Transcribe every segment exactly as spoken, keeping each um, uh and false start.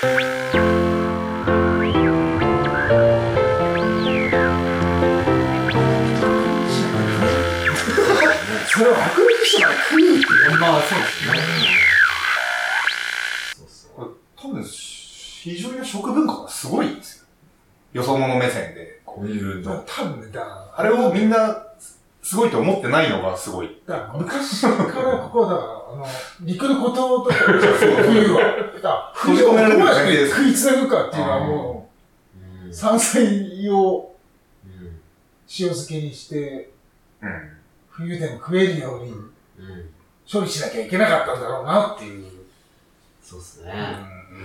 それを迫力してから食うって。 まあそうですね。 そうそう。多分、非常に食文化がすごいんですよ。よそ者目線で。こういうの。 多分ね、だあれをみんな、すごいと思ってないのがすごい。 だ昔からここは、だから、あの、陸のこととか、冬は。だ冬をどうやって食いつなぐかっていうのはもう、山菜を塩漬けにして、うん、冬でも食えるように処理しなきゃいけなかったんだろうなっていう。 そうですね。 うん、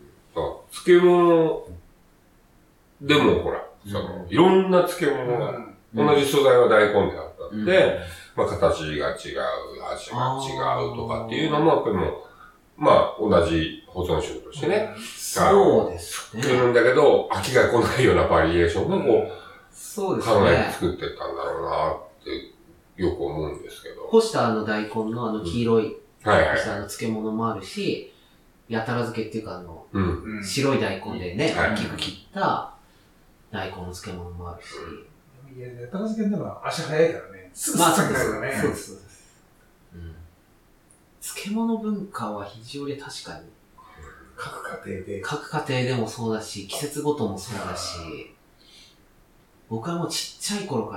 漬物でもほら、そのいろんな漬物が、同じ素材は大根であったんで、まあ形が違う、味が違うとかっていうのも、やっぱりもう、まあ同じ保存食としてね、 そうですね。 作るんだけど、飽きが来ないようなバリエーションがこう、 そうですね。 考えて作ってたんだろうなってよく思うんですけど。 干したあの大根のあの黄色い、 はいはい。 干したあの漬物もあるし、やたら漬けっていうかあの、 うん、 白い大根でね、大きく切った大根の漬物もあるし。 いや、やたら漬けでも足早いからね。すぐまあ、 すぐそうです。 だよね。 そうです、そうです。うん。漬物文化は非常に確かに。 各家庭で。 各家庭でもそうだし、季節ごともそうだし、僕はもうちっちゃい頃から、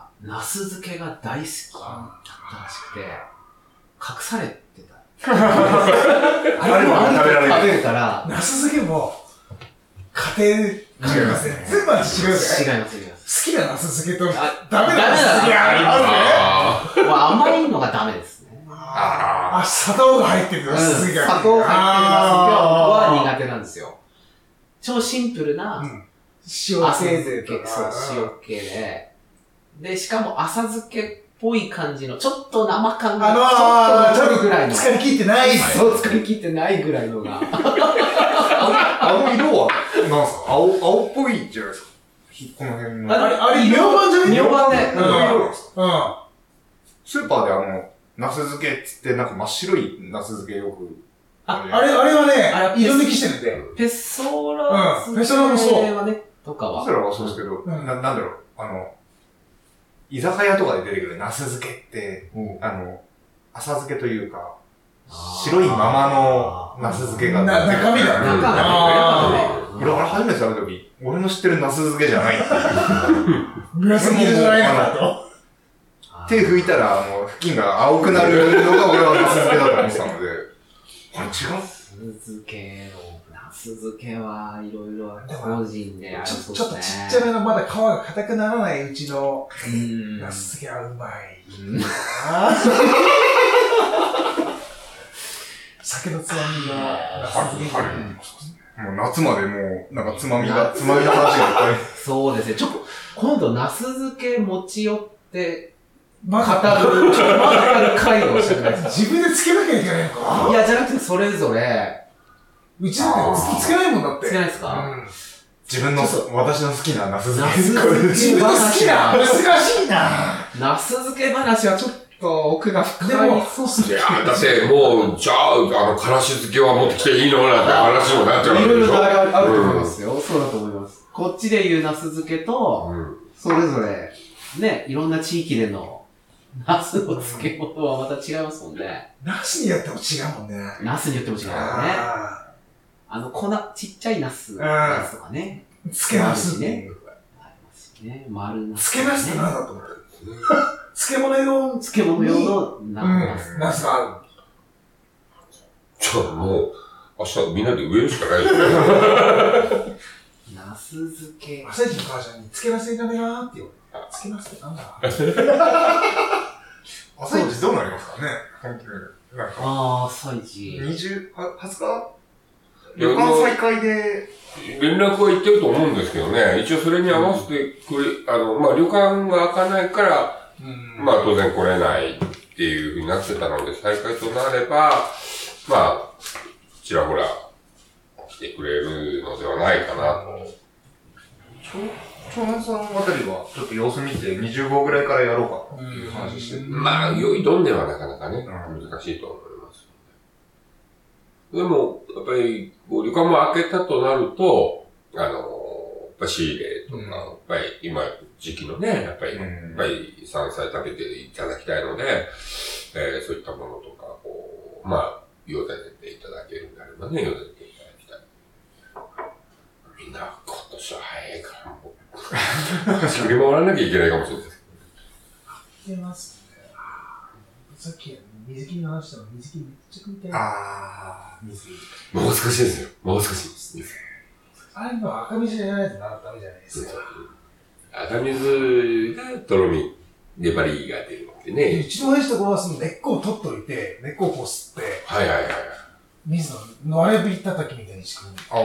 ナス漬けが大好きだったらしくて、隠されてた。 あれも食べられる。 食べるから、 ナス漬けも、家庭、違いますね。全部味違うね。 違います、違います。 好きなナス漬けと、ダメダメなナス漬けあるね。 もう甘いのがダメですね。 ああ、砂糖が入ってるナス漬けが。 砂糖が入ってるナス漬けは僕は苦手なんですよ。超シンプルな、 塩せいぜいとか。 そう、塩系で。で、しかも浅漬けっぽい感じの、ちょっと生感が、 あのー、 ちょっと残るぐらいの。 疲れ切ってない。 そう、疲れ切ってないぐらいのが。 あの色は、なんすか青、青っぽいじゃないですか。この辺の。 あれ、あれ、ミョウバンじゃないミョウバンね。 うん。うん。 うスーパーであの、ナス漬けっつって、なんか真っ白いナス漬けよく。 あ、あれ、あれはね、色抜きしてるんで。 ペッソーラうん。ペッソーラもそう。 はね、とかは。 ペッソーラはそうですけど、な、なんだろう、あの、居酒屋とかで出てくるナス漬けって、あの、浅漬けというか、白いままのナス漬けがな、中身だね。 中身だね。 俺、あれ初めて食べた時、俺の知ってるナス漬けじゃないっていう。 紫色じゃないのかと。 手拭いたら、あの、布巾が青くなるのが俺はナス漬けだと思ってたので、あれ違う？ ナス漬けの、ナス漬けはいろいろ個人であるそうですね。 ちょっとちっちゃめのまだ皮が硬くならないうちのナス漬けはうまい。酒のつまみが、ナス漬け。 もう夏までもう、なんかつまみが、つまみの話がいっぱい。 そうですね。ちょっと、今度ナス漬け持ち寄って、 まだ語る、ちょっとまだ語る回をしてください。 自分でつけなきゃいけないのかいや、じゃなくてそれぞれ。 うちだってつけないもんだって。 つけないですか、 うん、 自分の、私の好きなナス漬け。 ナス漬け自分の好きな、難しいな。 ナス漬け話はちょっと奥が深い。 でも、そうっすね。いや、だってもう、じゃあ、あの、からし漬けは持ってきていいのなんて話にもなっちゃうわけでしょ。 いろいろあると思いますよ、うん。そうだと思います。こっちで言うナス漬けと、うん、それぞれ、ね、いろんな地域での、ナスの漬物はまた違いますもんね。 ナスによっても違うもんね。 ナスによっても違うからね。あの粉、ちっちゃいナス、ナスとかね。 漬けナスね。 ありますしね。丸ナス、 漬けナスって何だと思ってる漬物用漬物用のナス。 ナスがある。 じゃあもう、明日みんなで植えるしかないですね。 ナス漬け。 朝一の母ちゃんに、漬けナスいらねえなーって言われて。漬けナスってなんだ朝一どうなりますかね本当に。なんか。 ああ、朝一。 二十、は、はつか旅館再開で。 連絡は行ってると思うんですけどね。一応それに合わせてくれ、あの、まあ、旅館が開かないから、うん、まあ、当然来れないっていう風になってたので、再開となれば、まあ、ちらほら来てくれるのではないかなと。 長男さんあたりは、ちょっと様子見てにじゅうごぐらいからやろうかっていう話してる。 まあ、良いどんではなかなかね、うん、難しいと思います。でも、やっぱり、こう旅館も開けたとなると、あの、やっぱ仕入れとか、うん、やっぱり今時期のね、やっぱり、うん、やっぱり山菜食べていただきたいので、えー、そういったものとか、こう、まあ、用立てていただけるんであればね、用立てていただきたい。みんな、今年は早いから、もう、振り回らなきゃいけないかもしれないです。 出ますね。さっき、水切りの話したの、水切りめっちゃ食いたい。 あー、水切り。もう少しですよ。もう少しです。 あれの赤水じゃないとダメじゃないですか。 赤水がとろみ、粘りが出るってね。 一番大事なところはその根っこを取っといて、根っこをこう吸って、 はいはいはい。 水の割れびり叩きみたいにしてくる。ああ。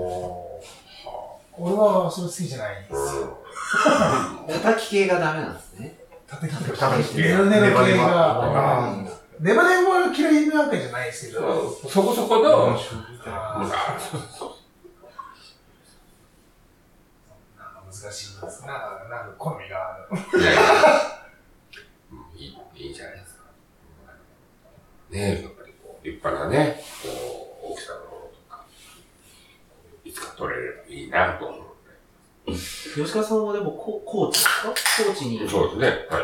俺はそれ好きじゃないんですよ。 叩き系がダメなんですね。 叩き系。叩き系。ネロネロ系が。ネバネバは嫌いなわけじゃないですけど。 そこそこの。 難しいんです。なんか、なんか好みがある。いやいやいい、いいじゃないですか。ねえ、やっぱりこう、立派なね、こう、大きさのものとか、いつか取れればいいなと思うので。吉川さんはでも、高知ですか？高知に。 そうですね、はい。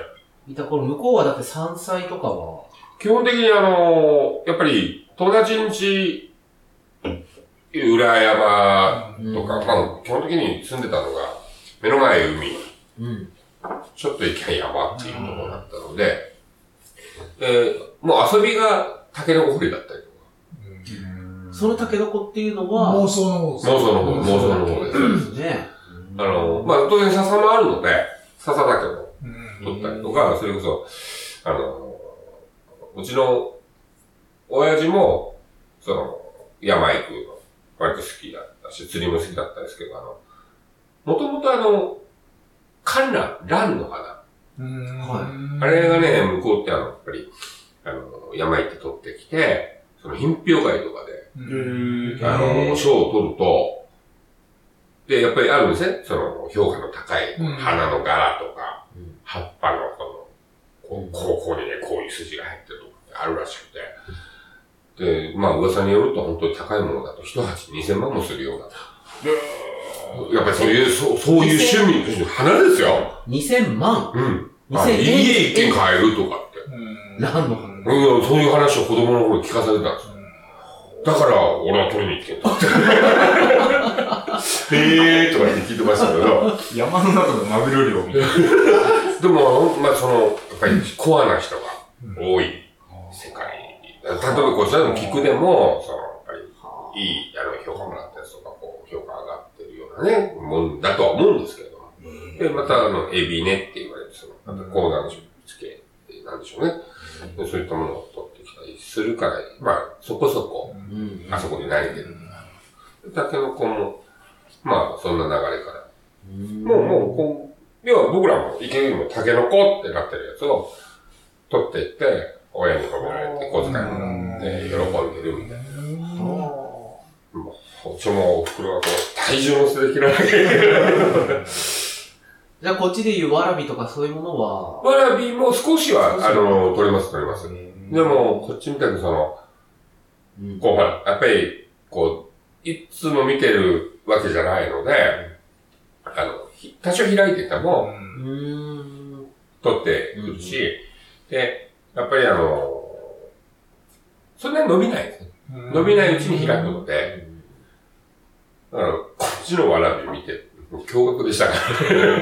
いた頃、向こうはだって山菜とかは基本的にあの、やっぱり、友達ん家、裏山とか、うん、まあ、基本的に住んでたのが、目の前海、うん、ちょっと行きゃ山っていうところだったので、うん、えー、もう遊びがタケノコ掘りだったりとか。 うん、そのタケノコっていうのは妄想の方です。妄想の方、妄想の方ですね。あの、まあ、当然笹もあるので、笹だけど取ったりとか、それこそ、あの、うちの親父も、その、山行くの割と好きだったし、釣りも好きだったんですけど、あの、もともとあの、カンラン、ランの花。はい。あれがね、向こうってあの、やっぱり、あの、山行って取ってきて、その品評会とかで、あの、賞を取ると、で、やっぱりあるんですね。その、評価の高い、花の柄とか、うん、葉っぱのこの、こう、ここにね、こういう筋が入ってるとかってあるらしくて。で、まあ噂によると本当に高いものだと一鉢にせんまんもするような。やっぱりそういう、そう、そういう趣味、花ですよ。 にせんまんうん。家一軒買えるとかって。 何の話？ うん、そういう話を子供の頃聞かされたんですよ。だから、俺は取りに行けんだって。へーとかって聞いてましたけど。 山の中のマグロ漁みたいな。 でも、まあその、やっぱりコアな人が多い世界。例えばこちらの菊でも、その、やっぱり、いい、あの、評価もらったやつとか、こう、評価上がってるようなね、もんだとは思うんですけれども。で、また、あの、エビネって言われる、その、また、高山植物系なんでしょうね。でそういったものを取ってきたりするから、まあ、そこそこ、あそこに慣れてる。タケノコも、まあ、そんな流れから。もう、もう、こう、要は僕らも池にもタケノコってなってるやつを取っていって、親に褒められて小遣いもらって喜んでるみたいな。もう、うちもお袋がこう、体重乗せて切らなきゃいけない。 じゃあこっちでいうわらびとかそういうものはわらびも少しは、あの、取れます、取れます。でも、こっちみたくその、こう、ほら、やっぱり、こう、いつも見てるわけじゃないので、あの、多少開いてても、取ってくるし、で、やっぱりあの、そんなに伸びないですね。伸びないうちに開くので、だから、こっちのわらび見て、驚愕でしたから。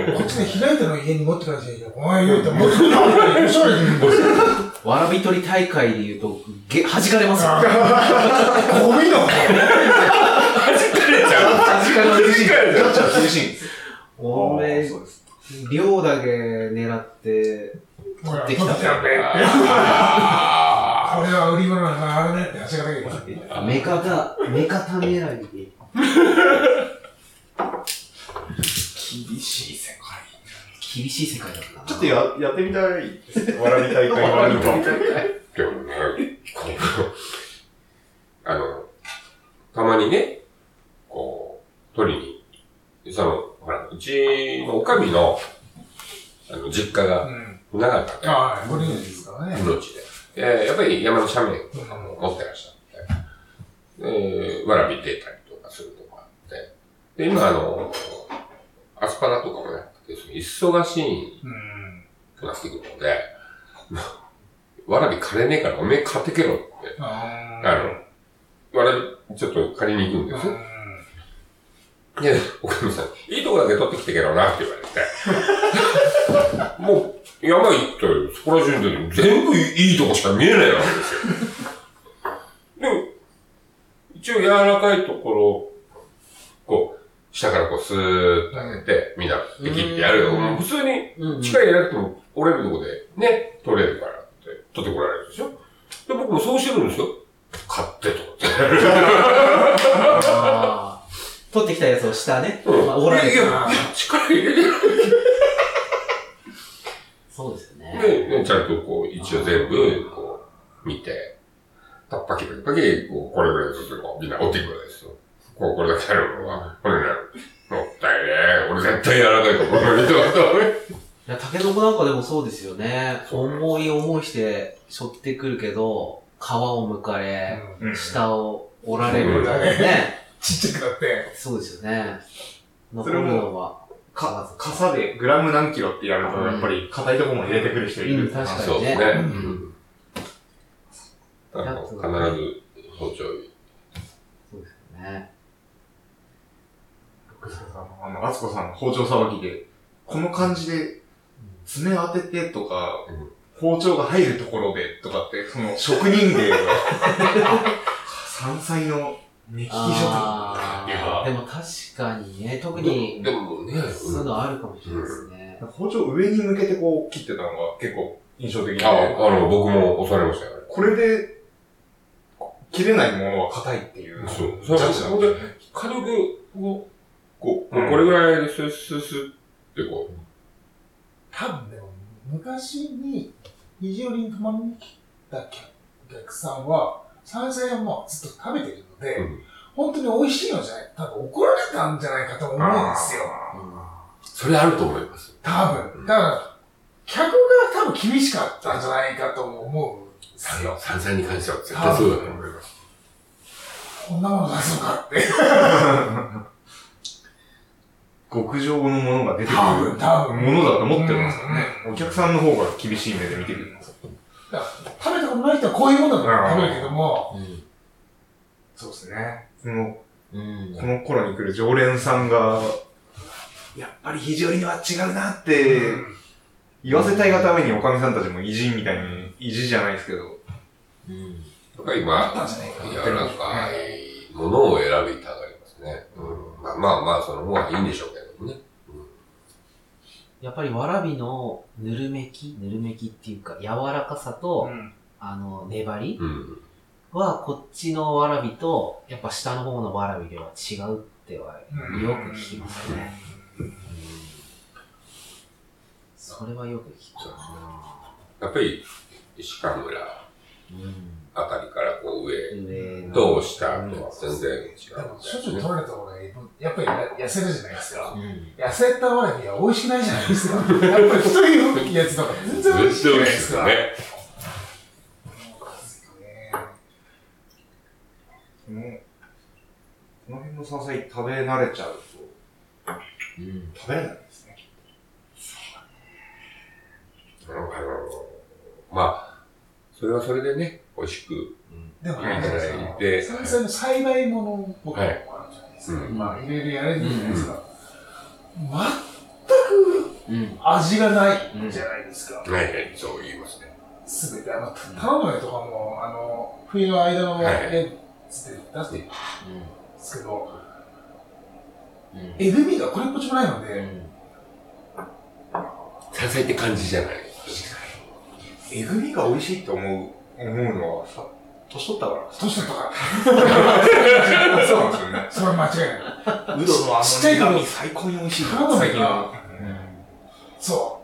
こっちで開いたの家に持ってからじゃいいよ。お前言うて持ってくるな。おしゃれに。 わらび取り大会で言うと、げ、弾かれますよ。 ゴミの弾かれちゃう。 弾かれます。 弾かれちゃう。厳しいんです。 おめ、量だけ狙って、取ってきた。これは売り物なんだ、あれねって足がだけで。 目方、目方狙いで。 厳しい世界。 厳しい世界だったな。 ちょっとや、やってみたいですね。わらび大会があるかも。でもね、あの、たまにね、こう、取りに、その、ほら、うちのおかみの、あの、実家が、なかったね。 ああ、これですからね。 命で。で、やっぱり山の斜面とかも持ってらっしゃって。 えー、わらび出たりとかするとこあって。で、今あの、アスパラとかもね、忙しいくなってくるので、わらび枯れねえからおめえ買ってけろって。あの、わらびちょっと借りに行くんですよ。で、おかみさん、いいとこだけ取ってきてけろなって言われて。もう、山行ったら、そこら中に全部いいとこしか見えないわけですよ。でも、一応柔らかいところ、こう、下からこうスーッと上げて、みんなで切ってやるよ。普通に力入れなくても折れるとこでね、取れるからって取ってこられるでしょ。で、僕もそうしてるんですよ。買ってと。 取ってきたやつを下ね。 うん。まあ、折られる。いや、いや、力入れる。 そうですよね。 で、ちゃんとこう、一応全部、こう、見て、パキパキパキ、こう、これぐらいずつこう、みんな折っていくわけですよ。こう、これだけあるのは、これになる。もったいねえ。俺絶対柔らかいと思うのに、とかいや、タケノコなんかでもそうですよね。重い重いして背負ってくるけど、皮を剥かれ、うん、下を折られるとね。 ちっちゃくなって。 そうですよね。残るのは。 か、傘でグラム何キロってやると、やっぱり硬いところも入れてくる人いる。 うん、確かにね。 そうですね。うん。あの、必ず包丁。 そうですよね。 あの、あつこさんの包丁さばきで、この感じで、爪当ててとか、うん、包丁が入るところでとかって、その職人芸が、山菜の目利き職人っていうか。 でも確かにね、特に、 でもね、 そういうのあるかもしれないですね。 うん、包丁上に向けてこう切ってたのが結構印象的で。 あ、あの、僕も押されましたよね。 これで、切れないものは硬いっていう。 そう。そう。ここで、軽く、こう、こう、これぐらいでスッスッスッってこう。 多分でも、昔に、肘折に泊まりに来たお客さんは、山菜をもうずっと食べてるので、うん、本当に美味しいのじゃない、多分怒られたんじゃないかと思うんですよ。 うん、それあると思います。 多分。だから、客が多分厳しかったんじゃないかと思うんですよ。 山菜に関しては絶対そうだと思います。 こんなもの出すのかって。 極上のものが出てくる多分、多分ものだと思ってるんですよね。お客さんの方が厳しい目で見てくるんですよ。 食べたことない人はこういうものだと食べるけども、 うん、そうですね。この、うん、この頃に来る常連さんが、やっぱり肘折には違うなって、言わせたいがためにおかみさんたちも意地みたいに、意地じゃないですけど、 うん。やっぱり今、柔らかいものを選びたがりますね。うん、まあまあまあ、その方がいいんでしょうけどね。うん、 やっぱりわらびのぬるめき、ぬるめきっていうか、柔らかさと、うん、あの、粘り、うん、は、こっちのわらびと、やっぱ下の方のわらびでは違うっては、よく聞きますね。うんうん、それはよく聞くな。 やっぱり、鹿村あたりからこう上と下とは全然違う、ね。 しょっちゅう取られた方がやっぱり痩せるじゃないですか。うん、痩せたわらびは美味しくないじゃないですか。やっぱり太いやつとか全然美味しくないですか。ね、 この、この辺の山菜食べ慣れちゃうと、うん、食べれないですね。 そうだね。あの、まあ、それはそれでね、美味しく。 でも、ね、山菜の栽培ものとかもあるじゃないですか。はい、まあ、いろいろやれるじゃないですか。うん、全く味がないじゃないですか。 うん、はいはい、そう言いますね。 すべて、あの、玉の絵とかも、あの、冬の間の絵つって出してるんですけど、うん、えぐみがこれっぽっちもないので、うん、 山菜って感じじゃない。 えぐみが美味しいと思う、思うのはさ、年取ったから年取ったからそうなんですよね。それは間違いない。 うどのあのちっちゃい頃最高に美味しい。 最近は。そう。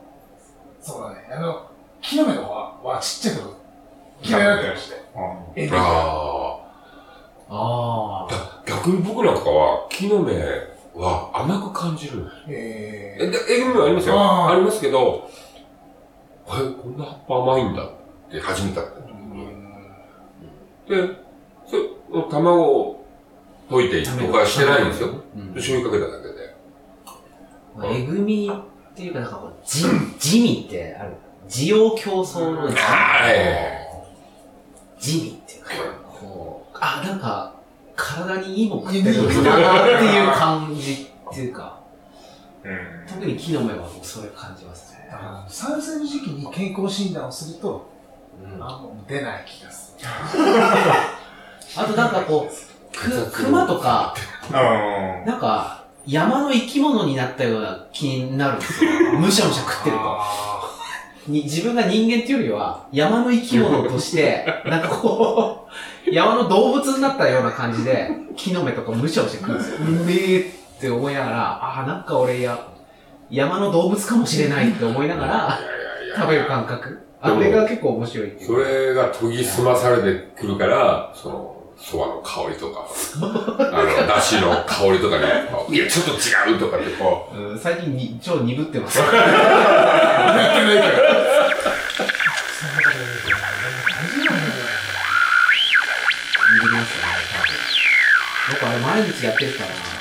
そうだね。あの、木の芽とかはちっちゃい頃嫌いだったりして。えぐみが。ああ。 逆に僕なんかは木の芽は甘く感じる。えー、え、えぐみはありますよ。あ, ありますけど、え、こんな葉っぱ甘いんだって始めたって時に。で、それ、 卵を溶いてとかしてないんですよ。 うん、 醤油かけただけで。 まあ、えぐみっていうか、なんかこう、じ、地味ってある。需要競争の地味。地味っていうか、こう、あ、なんか、体にいいもん食ってるんだなっていう感じっていうか、うん、特に木の芽はもうそれ感じますね。 さんさいの時期に健康診断をすると、うん、あもう出ない気がする。 あとなんかこう、く、熊とか、なんか山の生き物になったような気になるんですよ。むしゃむしゃ食ってると。に自分が人間っていうよりは、山の生き物として、なんかこう、山の動物になったような感じで、木の芽とかむしゃむしゃ食うんですよ。うめーって思いながら、ああ、なんか俺や、山の動物かもしれないって思いながら、食べる感覚。あれが結構面白いっていう。 それが研ぎ澄まされてくるから、その、蕎麦の香りとか、あの、だしの香りとかね、いや、ちょっと違うとかってこう。うん、最近に超鈍ってます。 やってないから。 鈍りますよね、多分。僕あれ毎日やってるから、